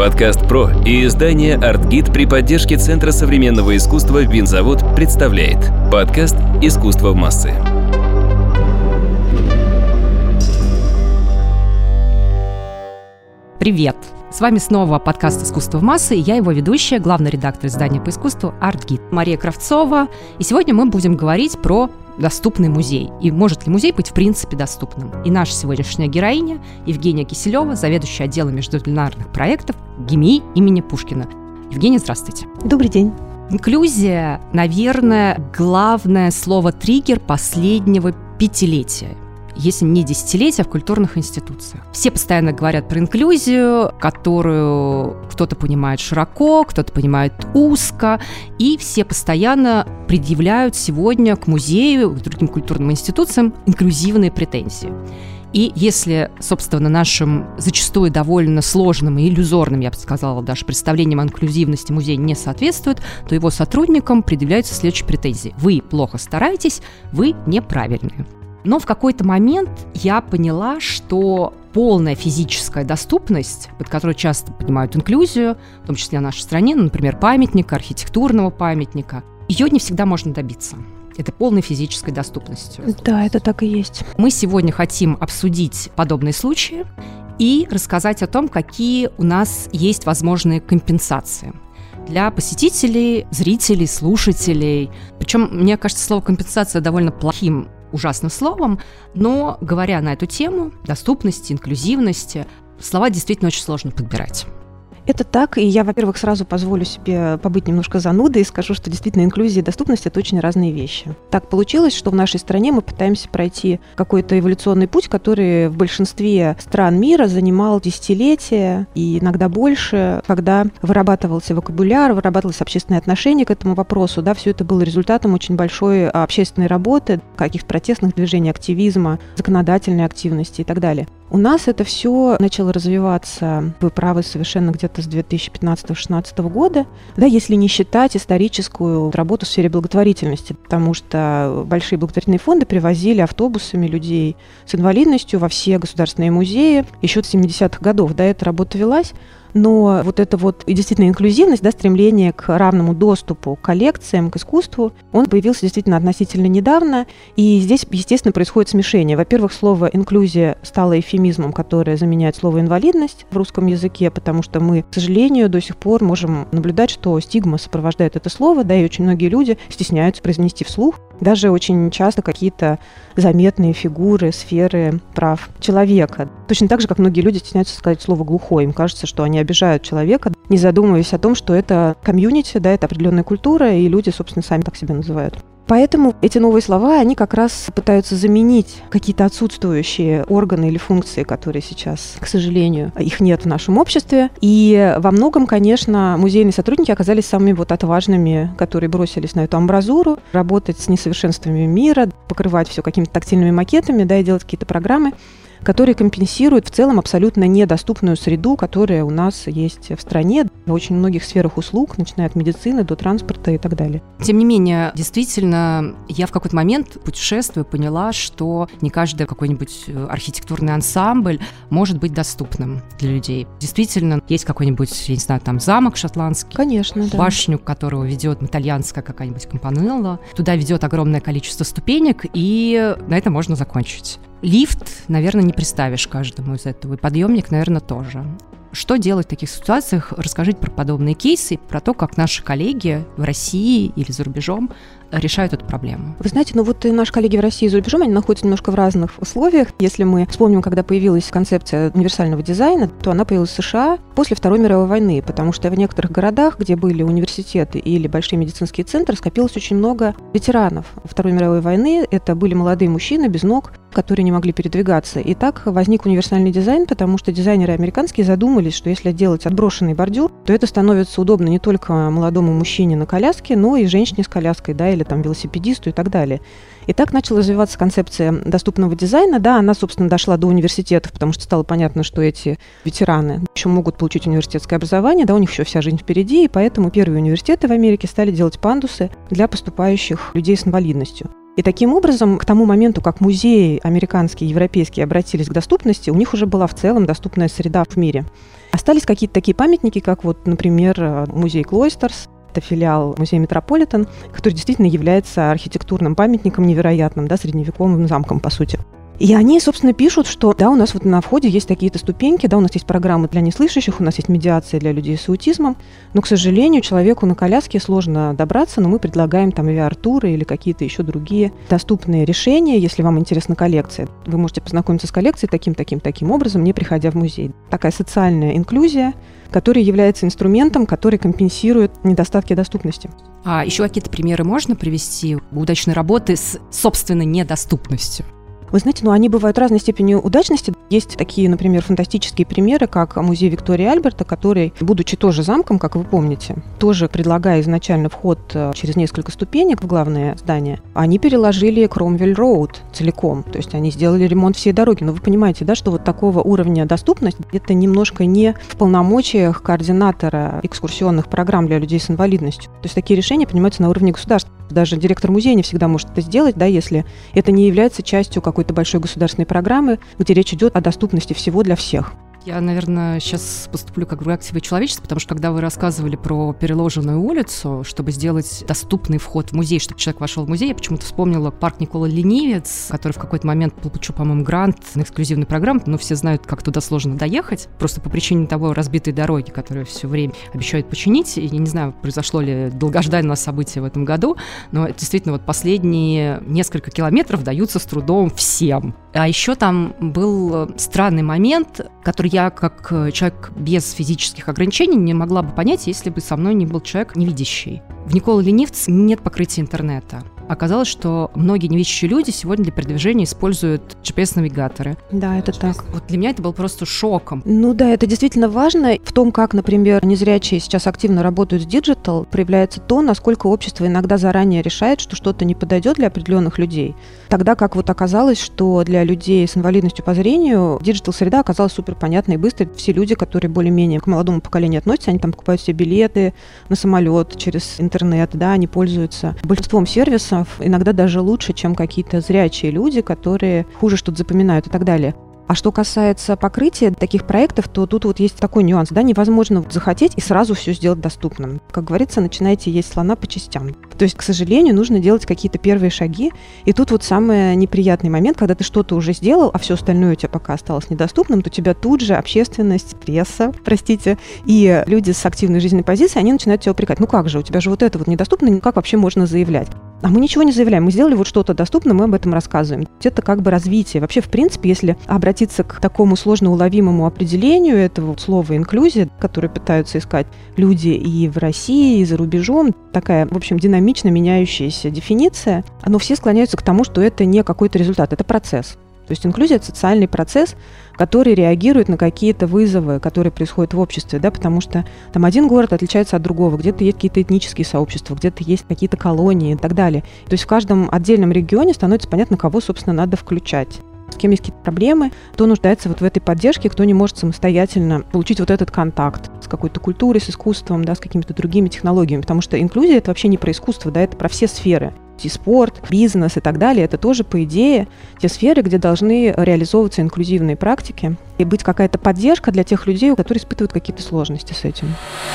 Подкаст «Про» и издание «Артгид» при поддержке Центра современного искусства «Винзавод» представляет подкаст «Искусство в массы». Привет! С вами снова подкаст «Искусство в массы», и я его ведущая, главный редактор издания по искусству «Артгид» Мария Кравцова. И сегодня мы будем говорить про доступный музей. И может ли музей быть в принципе доступным? И наша сегодняшняя героиня Евгения Киселева, заведующая отделом междисциплинарных проектов ГИМИ имени Пушкина. Евгения, здравствуйте. Добрый день. Инклюзия, наверное, главное слово-триггер последнего пятилетия, если не десятилетия, в культурных институциях. Все постоянно говорят про инклюзию, которую кто-то понимает широко, кто-то понимает узко, и все постоянно предъявляют сегодня к музею, к другим культурным институциям инклюзивные претензии. И если, собственно, нашим зачастую довольно сложным и иллюзорным, я бы сказала, даже представлениям о инклюзивности музей не соответствует, то его сотрудникам предъявляются следующие претензии. Вы плохо стараетесь, вы неправильные. Но в какой-то момент я поняла, что полная физическая доступность, под которой часто понимают инклюзию, в том числе в нашей стране, например, памятника, архитектурного памятника, ее не всегда можно добиться. Это полной физической доступностью. Да, это так и есть. Мы сегодня хотим обсудить подобные случаи и рассказать о том, какие у нас есть возможные компенсации для посетителей, зрителей, слушателей. Причем, мне кажется, слово «компенсация» довольно плохим, ужасным словом, но, говоря на эту тему доступности, инклюзивности, слова действительно очень сложно подбирать. Это так, и я, во-первых, сразу позволю себе побыть немножко занудой и скажу, что действительно инклюзия и доступность – это очень разные вещи. Так получилось, что в нашей стране мы пытаемся пройти какой-то эволюционный путь, который в большинстве стран мира занимал десятилетия и иногда больше, когда вырабатывался вокабуляр, вырабатывалось общественное отношение к этому вопросу. Да, все это было результатом очень большой общественной работы, каких-то протестных движений, активизма, законодательной активности и так далее. У нас это все начало развиваться, вы правы, совершенно где-то с 2015-2016 года, да, если не считать историческую работу в сфере благотворительности, потому что большие благотворительные фонды привозили автобусами людей с инвалидностью во все государственные музеи еще с 70-х годов, да, эта работа велась. Но вот эта вот действительно инклюзивность, да, стремление к равному доступу к коллекциям, к искусству, он появился действительно относительно недавно. И здесь, естественно, происходит смешение. Во-первых, слово «инклюзия» стало эвфемизмом, которое заменяет слово «инвалидность» в русском языке, потому что мы, к сожалению, до сих пор можем наблюдать, что стигма сопровождает это слово, да, и очень многие люди стесняются произнести вслух. Даже очень часто какие-то заметные фигуры, сферы прав человека. Точно так же, как многие люди стесняются сказать слово «глухой». Им кажется, что они обижают человека, не задумываясь о том, что это комьюнити, да, это определенная культура, и люди, собственно, сами так себя называют. Поэтому эти новые слова, они как раз пытаются заменить какие-то отсутствующие органы или функции, которые сейчас, к сожалению, их нет в нашем обществе. И во многом, конечно, музейные сотрудники оказались самыми вот отважными, которые бросились на эту амбразуру, работать с несовершенствами мира, покрывать все какими-то тактильными макетами, да, и делать какие-то программы, которые компенсируют в целом абсолютно недоступную среду, которая у нас есть в стране в очень многих сферах услуг, начиная от медицины до транспорта и так далее. Тем не менее, действительно, я в какой-то момент, путешествуя, поняла, что не каждый какой-нибудь архитектурный ансамбль может быть доступным для людей. Действительно, есть какой-нибудь, я не знаю, там замок шотландский, конечно, да, башню которого ведет итальянская какая-нибудь кампанелла. Туда ведет огромное количество ступенек, и на этом можно закончить. Лифт, наверное, не представишь каждому из этого, и подъемник, наверное, тоже. Что делать в таких ситуациях? Расскажите про подобные кейсы, про то, как наши коллеги в России или за рубежом решают эту проблему. Вы знаете, ну вот и наши коллеги в России и за рубежом, они находятся немножко в разных условиях. Если мы вспомним, когда появилась концепция универсального дизайна, то она появилась в США после Второй мировой войны, потому что в некоторых городах, где были университеты или большие медицинские центры, скопилось очень много ветеранов Второй мировой войны. Это были молодые мужчины без ног, которые не могли передвигаться. И так возник универсальный дизайн, потому что дизайнеры американские задумались, что если делать отброшенный бордюр, то это становится удобно не только молодому мужчине на коляске, но и женщине с коляской, да, или там велосипедисту и так далее. И так начала развиваться концепция доступного дизайна. Да, она, собственно, дошла до университетов, потому что стало понятно, что эти ветераны еще могут получить университетское образование, да, у них еще вся жизнь впереди, и поэтому первые университеты в Америке стали делать пандусы для поступающих людей с инвалидностью. И таким образом, к тому моменту, как музеи американские, европейские обратились к доступности, у них уже была в целом доступная среда в мире. Остались какие-то такие памятники, как вот, например, музей Клойстерс, это филиал музея Метрополитен, который действительно является архитектурным памятником невероятным, да, средневековым замком, по сути. И они, собственно, пишут, что да, у нас вот на входе есть такие-то ступеньки, да, у нас есть программы для неслышащих, у нас есть медиация для людей с аутизмом, но, к сожалению, человеку на коляске сложно добраться, но мы предлагаем там VR-туры или какие-то еще другие доступные решения, если вам интересна коллекция. Вы можете познакомиться с коллекцией таким образом, не приходя в музей. Такая социальная инклюзия, которая является инструментом, который компенсирует недостатки доступности. А еще какие-то примеры можно привести удачной работы с собственной недоступностью? Вы знаете, они бывают разной степени удачности. Есть такие, например, фантастические примеры, как музей Виктории Альберта, который, будучи тоже замком, как вы помните, тоже предлагая изначально вход через несколько ступенек в главное здание, они переложили Кромвель-Роуд целиком. То есть они сделали ремонт всей дороги. Но вы понимаете, да, что вот такого уровня доступности это немножко не в полномочиях координатора экскурсионных программ для людей с инвалидностью. То есть такие решения принимаются на уровне государства. Даже директор музея не всегда может это сделать, да, если это не является частью какой-то большой государственной программы, где речь идет о доступности всего для всех. Я, наверное, сейчас поступлю как в реактиве человечества, потому что когда вы рассказывали про переложенную улицу, чтобы сделать доступный вход в музей, чтобы человек вошел в музей, я почему-то вспомнила парк Никола Ленивец, который в какой-то момент получил, по-моему, грант на эксклюзивную программу, но все знают, как туда сложно доехать, просто по причине того разбитой дороги, которую все время обещают починить. И я не знаю, произошло ли долгожданное событие в этом году, но действительно вот последние несколько километров даются с трудом всем. А еще там был странный момент, который я, как человек без физических ограничений, не могла бы понять, если бы со мной не был человек невидящий. В Никола Ленивце нет покрытия интернета. Оказалось, что многие невидящие люди сегодня для передвижения используют GPS-навигаторы. Да, это так. Вот для меня это было просто шоком. Ну да, это действительно важно. В том, как, например, незрячие сейчас активно работают с диджитал, проявляется то, насколько общество иногда заранее решает, что что-то не подойдет для определенных людей. Тогда как вот оказалось, что для людей с инвалидностью по зрению диджитал-среда оказалась супер понятной и быстрой. Все люди, которые более-менее к молодому поколению относятся, они там покупают себе билеты на самолет через интернет, да, они пользуются большинством сервисов, иногда даже лучше, чем какие-то зрячие люди, которые хуже что-то запоминают и так далее. А что касается покрытия таких проектов, то тут вот есть такой нюанс, да, невозможно захотеть и сразу все сделать доступным. Как говорится, начинайте есть слона по частям. То есть, к сожалению, нужно делать какие-то первые шаги, и тут вот самый неприятный момент, когда ты что-то уже сделал, а все остальное у тебя пока осталось недоступным, то тебя тут же общественность, пресса, и люди с активной жизненной позицией, они начинают тебя упрекать. Ну как же, у тебя же вот это вот недоступно, как вообще можно заявлять? А мы ничего не заявляем, мы сделали вот что-то доступно, мы об этом рассказываем. Это как бы развитие. Вообще, в принципе, если обратиться к такому сложно уловимому определению этого слова «инклюзия», которое пытаются искать люди и в России, и за рубежом, такая, в общем, динамично меняющаяся дефиниция, но все склоняются к тому, что это не какой-то результат, это процесс. То есть инклюзия – это социальный процесс, который реагирует на какие-то вызовы, которые происходят в обществе, да, потому что там один город отличается от другого, где-то есть какие-то этнические сообщества, где-то есть какие-то колонии и так далее. То есть в каждом отдельном регионе становится понятно, кого, собственно, надо включать. С кем есть какие-то проблемы, кто нуждается вот в этой поддержке, кто не может самостоятельно получить вот этот контакт с какой-то культурой, с искусством, да, с какими-то другими технологиями, потому что инклюзия – это вообще не про искусство, да, это про все сферы. И спорт, бизнес и так далее, это тоже, по идее, те сферы, где должны реализовываться инклюзивные практики и быть какая-то поддержка для тех людей, которые испытывают какие-то сложности с этим.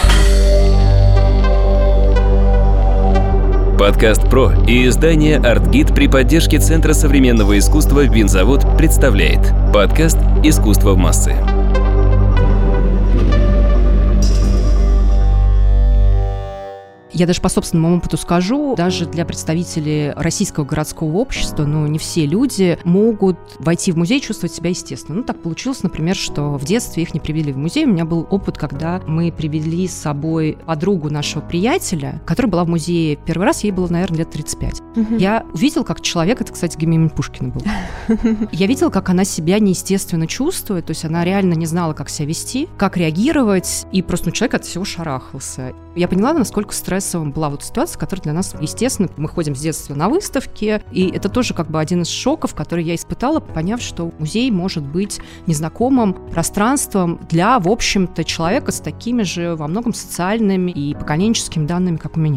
Подкаст «Про» и издание «Артгид» при поддержке Центра современного искусства «Винзавод» представляет подкаст «Искусство в массы». Я даже по собственному опыту скажу, даже для представителей российского городского общества, не все люди могут войти в музей и чувствовать себя естественно. Так получилось, например, что в детстве их не привели в музей. У меня был опыт, когда мы привели с собой подругу нашего приятеля, которая была в музее первый раз, ей было, наверное, лет 35. Я увидела, как человек, это, кстати, Гемимин Пушкина был. Я видела, как она себя неестественно чувствует, то есть она реально не знала, как себя вести, как реагировать, и просто человек от всего шарахался. Я поняла, насколько стрессовым была вот ситуация, которая для нас, естественно, мы ходим с детства на выставки, и это тоже как бы один из шоков, который я испытала, поняв, что музей может быть незнакомым пространством для, в общем-то, человека с такими же во многом социальными и поколенческими данными, как у меня.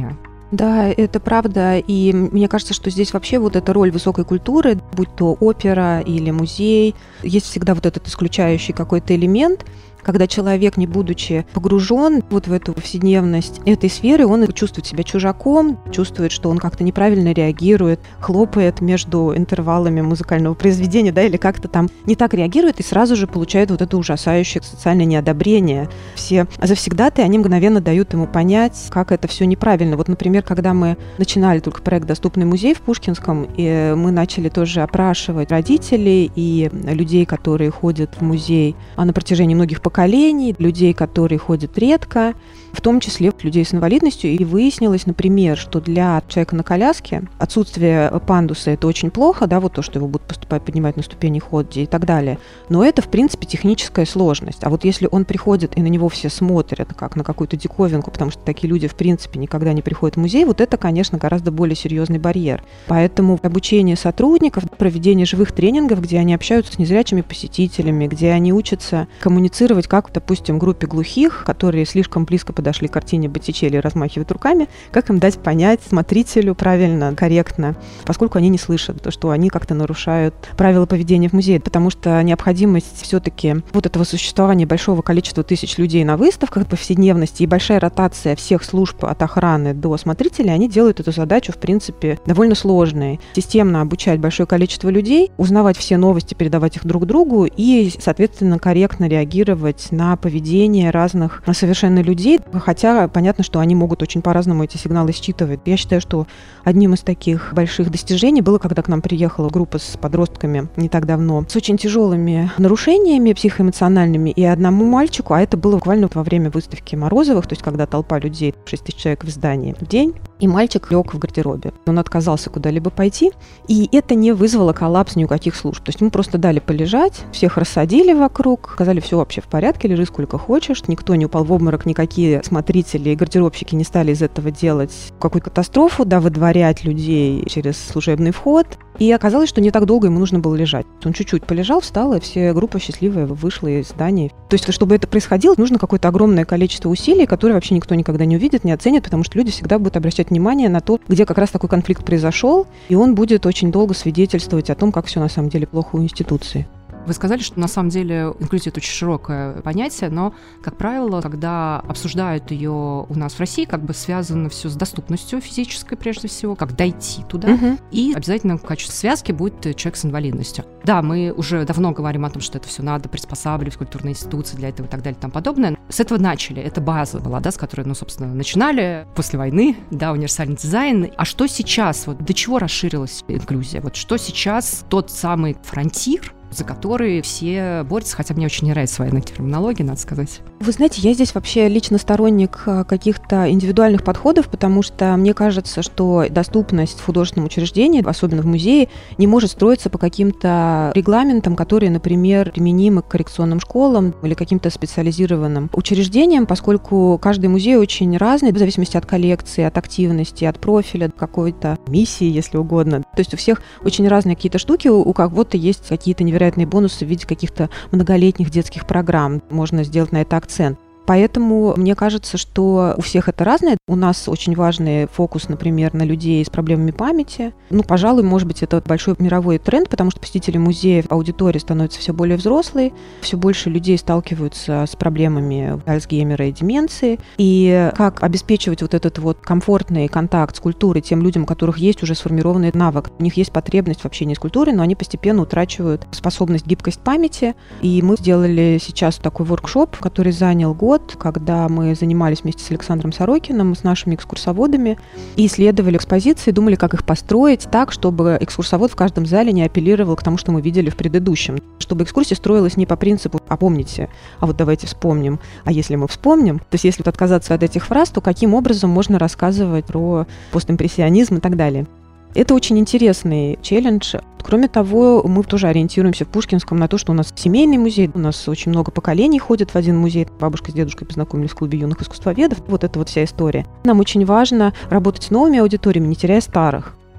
Да, это правда. И мне кажется, что здесь вообще вот эта роль высокой культуры, будь то опера или музей, есть всегда вот этот исключающий какой-то элемент, когда человек, не будучи погружен вот в эту повседневность этой сферы, он чувствует себя чужаком, чувствует, что он как-то неправильно реагирует, хлопает между интервалами музыкального произведения, да, или как-то там не так реагирует, и сразу же получает вот это ужасающее социальное неодобрение. Все завсегдатые, они мгновенно дают ему понять, как это все неправильно. Вот, например, когда мы начинали только проект «Доступный музей» в Пушкинском, и мы начали тоже опрашивать родителей и людей, которые ходят в музей на протяжении многих поколений, людей, которые ходят редко, в том числе людей с инвалидностью. И выяснилось, например, что для человека на коляске отсутствие пандуса – это очень плохо, да, вот то, что его будут поднимать на ступени ходьбы и так далее. Но это, в принципе, техническая сложность. А вот если он приходит, и на него все смотрят, как на какую-то диковинку, потому что такие люди, в принципе, никогда не приходят в музей, вот это, конечно, гораздо более серьезный барьер. Поэтому обучение сотрудников, проведение живых тренингов, где они общаются с незрячими посетителями, где они учатся коммуницировать, как, допустим, группе глухих, которые слишком близко подошли к картине Боттичелли и размахивают руками, как им дать понять смотрителю правильно, корректно, поскольку они не слышат, то, что они как-то нарушают правила поведения в музее, потому что необходимость все-таки вот этого существования большого количества тысяч людей на выставках, повседневности и большая ротация всех служб от охраны до смотрителей, они делают эту задачу, в принципе, довольно сложной. Системно обучать большое количество людей, узнавать все новости, передавать их друг другу и, соответственно, корректно реагировать на поведение разных совершенно людей, хотя понятно, что они могут очень по-разному эти сигналы считывать. Я считаю, что одним из таких больших достижений было, когда к нам приехала группа с подростками не так давно, с очень тяжелыми нарушениями психоэмоциональными, и одному мальчику, а это было буквально во время выставки Морозовых, то есть когда толпа людей, 6 тысяч человек в здании в день, и мальчик лег в гардеробе. Он отказался куда-либо пойти, и это не вызвало коллапс ни у каких служб. То есть ему просто дали полежать, всех рассадили вокруг, сказали, все вообще в порядке, лежи сколько хочешь, никто не упал в обморок, никакие смотрители и гардеробщики не стали из этого делать какую-то катастрофу, да, выдворять людей через служебный вход. И оказалось, что не так долго ему нужно было лежать. Он чуть-чуть полежал, встал, и вся группа счастливая вышла из здания. То есть, чтобы это происходило, нужно какое-то огромное количество усилий, которые вообще никто никогда не увидит, не оценит, потому что люди всегда будут обращать внимание на то, где как раз такой конфликт произошел, и он будет очень долго свидетельствовать о том, как все на самом деле плохо у институции. Вы сказали, что на самом деле инклюзия – это очень широкое понятие, но, как правило, когда обсуждают ее у нас в России, как бы связано все с доступностью физической, прежде всего, как дойти туда, и обязательно в качестве связки будет человек с инвалидностью. Да, мы уже давно говорим о том, что это все надо приспосабливать, культурные институции для этого и так далее и тому подобное. С этого начали, это база была, да, с которой, собственно, начинали после войны, да, универсальный дизайн. А что сейчас, вот до чего расширилась инклюзия? Вот что сейчас тот самый фронтир, за которые все борются, хотя мне очень не нравится военная терминология, надо сказать. Вы знаете, я здесь вообще лично сторонник каких-то индивидуальных подходов, потому что мне кажется, что доступность в художественном учреждении, особенно в музее, не может строиться по каким-то регламентам, которые, например, применимы к коррекционным школам или каким-то специализированным учреждениям, поскольку каждый музей очень разный, в зависимости от коллекции, от активности, от профиля, какой-то миссии, если угодно. То есть у всех очень разные какие-то штуки, у кого-то есть какие-то невероятные бонусы в виде каких-то многолетних детских программ. Можно сделать на это акцент. Поэтому мне кажется, что у всех это разное. У нас очень важный фокус, например, на людей с проблемами памяти. Пожалуй, может быть, это большой мировой тренд, потому что посетители музеев, аудитория становится все более взрослой, все больше людей сталкиваются с проблемами Альцгеймера и деменции. И как обеспечивать вот этот вот комфортный контакт с культурой тем людям, у которых есть уже сформированный навык. У них есть потребность в общении с культурой, но они постепенно утрачивают способность, гибкость памяти. И мы сделали сейчас такой воркшоп, который занял год, когда мы занимались вместе с Александром Сорокиным, с нашими экскурсоводами, и исследовали экспозиции, думали, как их построить так, чтобы экскурсовод в каждом зале не апеллировал к тому, что мы видели в предыдущем. Чтобы экскурсия строилась не по принципу «а помните», а вот давайте вспомним. А если мы вспомним, то есть если отказаться от этих фраз, то каким образом можно рассказывать про постимпрессионизм и так далее. Это очень интересный челлендж. Кроме того, мы тоже ориентируемся в Пушкинском на то, что у нас семейный музей, у нас очень много поколений ходят в один музей. Бабушка с дедушкой познакомились в клубе юных искусствоведов. Вот это вот вся история. Нам очень важно работать с новыми аудиториями, не теряя старых.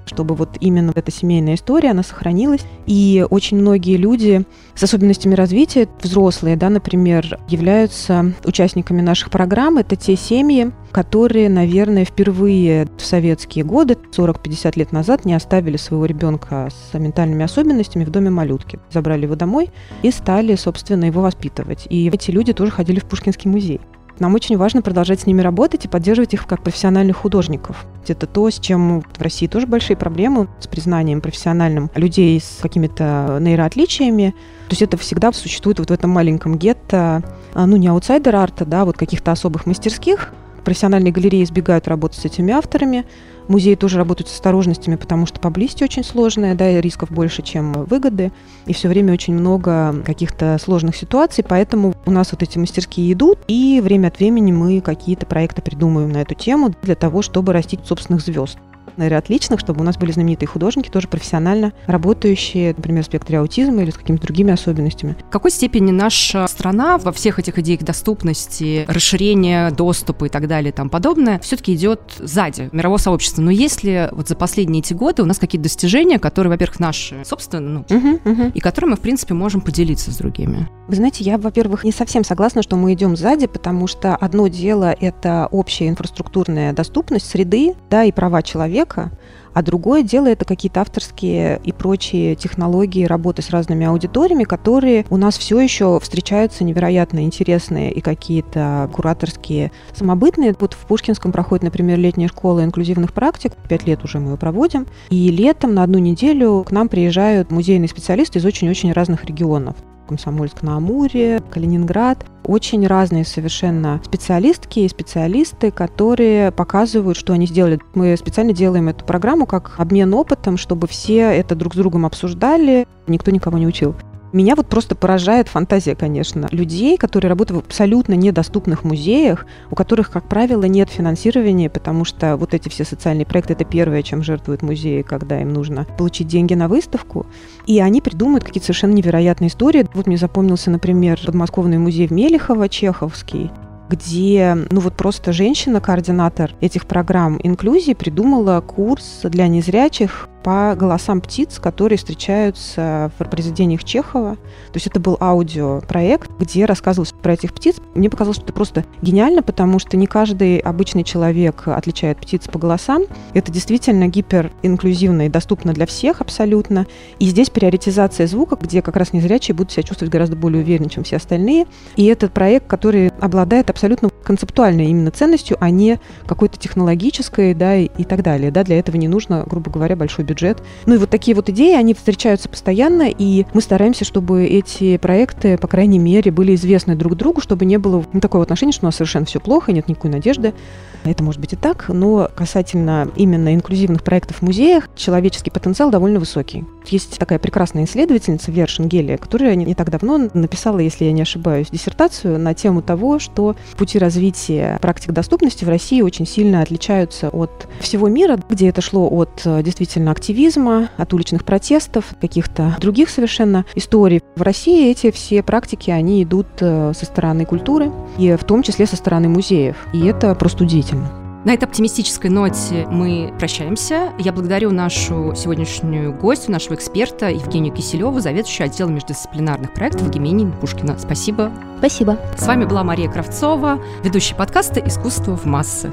чтобы вот именно эта семейная история, она сохранилась. И очень многие люди с особенностями развития, взрослые, да, например, являются участниками наших программ. Это те семьи, которые, наверное, впервые в советские годы, 40-50 лет назад, не оставили своего ребенка с ментальными особенностями в доме малютки. Забрали его домой и стали, собственно, его воспитывать. И эти люди тоже ходили в Пушкинский музей. Нам очень важно продолжать с ними работать и поддерживать их как профессиональных художников. Это то, с чем в России тоже большие проблемы, с признанием профессиональным людей с какими-то нейроотличиями. То есть это всегда существует вот в этом маленьком гетто, не аутсайдер-арта, да, вот каких-то особых мастерских. Профессиональные галереи избегают работать с этими авторами. Музеи тоже работают с осторожностями, потому что publicity очень сложная, да, и рисков больше, чем выгоды. И все время очень много каких-то сложных ситуаций, поэтому у нас вот эти мастерские идут, и время от времени мы какие-то проекты придумываем на эту тему для того, чтобы растить собственных звезд. Отличных, чтобы у нас были знаменитые художники, тоже профессионально работающие, например, в спектре аутизма или с какими-то другими особенностями. В какой степени наша страна во всех этих идеях доступности, расширения доступа и так далее и тому подобное все-таки идет сзади мирового сообщества? Но есть ли вот за последние эти годы у нас какие-то достижения, которые, во-первых, наши собственные, и которые мы, в принципе, можем поделиться с другими? Вы знаете, я, во-первых, не совсем согласна, что мы идем сзади, потому что одно дело — это общая инфраструктурная доступность среды, да, и права человека, а другое дело — это какие-то авторские и прочие технологии работы с разными аудиториями, которые у нас все еще встречаются невероятно интересные и какие-то кураторские, самобытные. Вот в Пушкинском проходит, например, летняя школа инклюзивных практик, 5 лет уже мы ее проводим, и летом на 1 неделю к нам приезжают музейные специалисты из очень-очень разных регионов. Комсомольск-на-Амуре, Калининград. Очень разные совершенно специалистки и специалисты, которые показывают, что они сделали. Мы специально делаем эту программу как обмен опытом, чтобы все это друг с другом обсуждали, никто никого не учил. Меня вот просто поражает фантазия, конечно, людей, которые работают в абсолютно недоступных музеях, у которых, как правило, нет финансирования, потому что вот эти все социальные проекты — это первое, чем жертвуют музеи, когда им нужно получить деньги на выставку. И они придумывают какие-то совершенно невероятные истории. Вот мне запомнился, например, подмосковный музей в Мелехово, чеховский, где, просто женщина, координатор этих программ инклюзии, придумала курс для незрячих по голосам птиц, которые встречаются в произведениях Чехова. То есть это был аудиопроект, где рассказывалось про этих птиц. Мне показалось, что это просто гениально, потому что не каждый обычный человек отличает птиц по голосам. Это действительно гиперинклюзивно и доступно для всех абсолютно. И здесь приоритизация звука, где как раз незрячие будут себя чувствовать гораздо более уверенно, чем все остальные. И этот проект, который обладает абсолютно концептуальной именно ценностью, а не какой-то технологической, да, и так далее. Да, для этого не нужно, грубо говоря, большой бюджет. И вот такие вот идеи, они встречаются постоянно, и мы стараемся, чтобы эти проекты, по крайней мере, были известны друг другу, чтобы не было такого отношения, что у нас совершенно все плохо, нет никакой надежды. Это может быть и так, но касательно именно инклюзивных проектов в музеях, человеческий потенциал довольно высокий. Есть такая прекрасная исследовательница Вера Шенгелия, которая не так давно написала, если я не ошибаюсь, диссертацию на тему того, что пути развития практик доступности в России очень сильно отличаются от всего мира, где это шло от действительно активизма, от уличных протестов, каких-то других совершенно историй. В России эти все практики, они идут со стороны культуры, и в том числе со стороны музеев. И это просто удивительно. На этой оптимистической ноте мы прощаемся. Я благодарю нашу сегодняшнюю гостью, нашего эксперта Евгению Киселеву, заведующую отделом междисциплинарных проектов ГИМ имени Пушкина. Спасибо. Спасибо. С вами была Мария Кравцова, ведущая подкаста «Искусство в массы».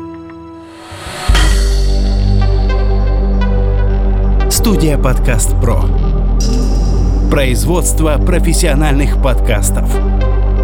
Студия «Подкаст Про». Производство профессиональных подкастов.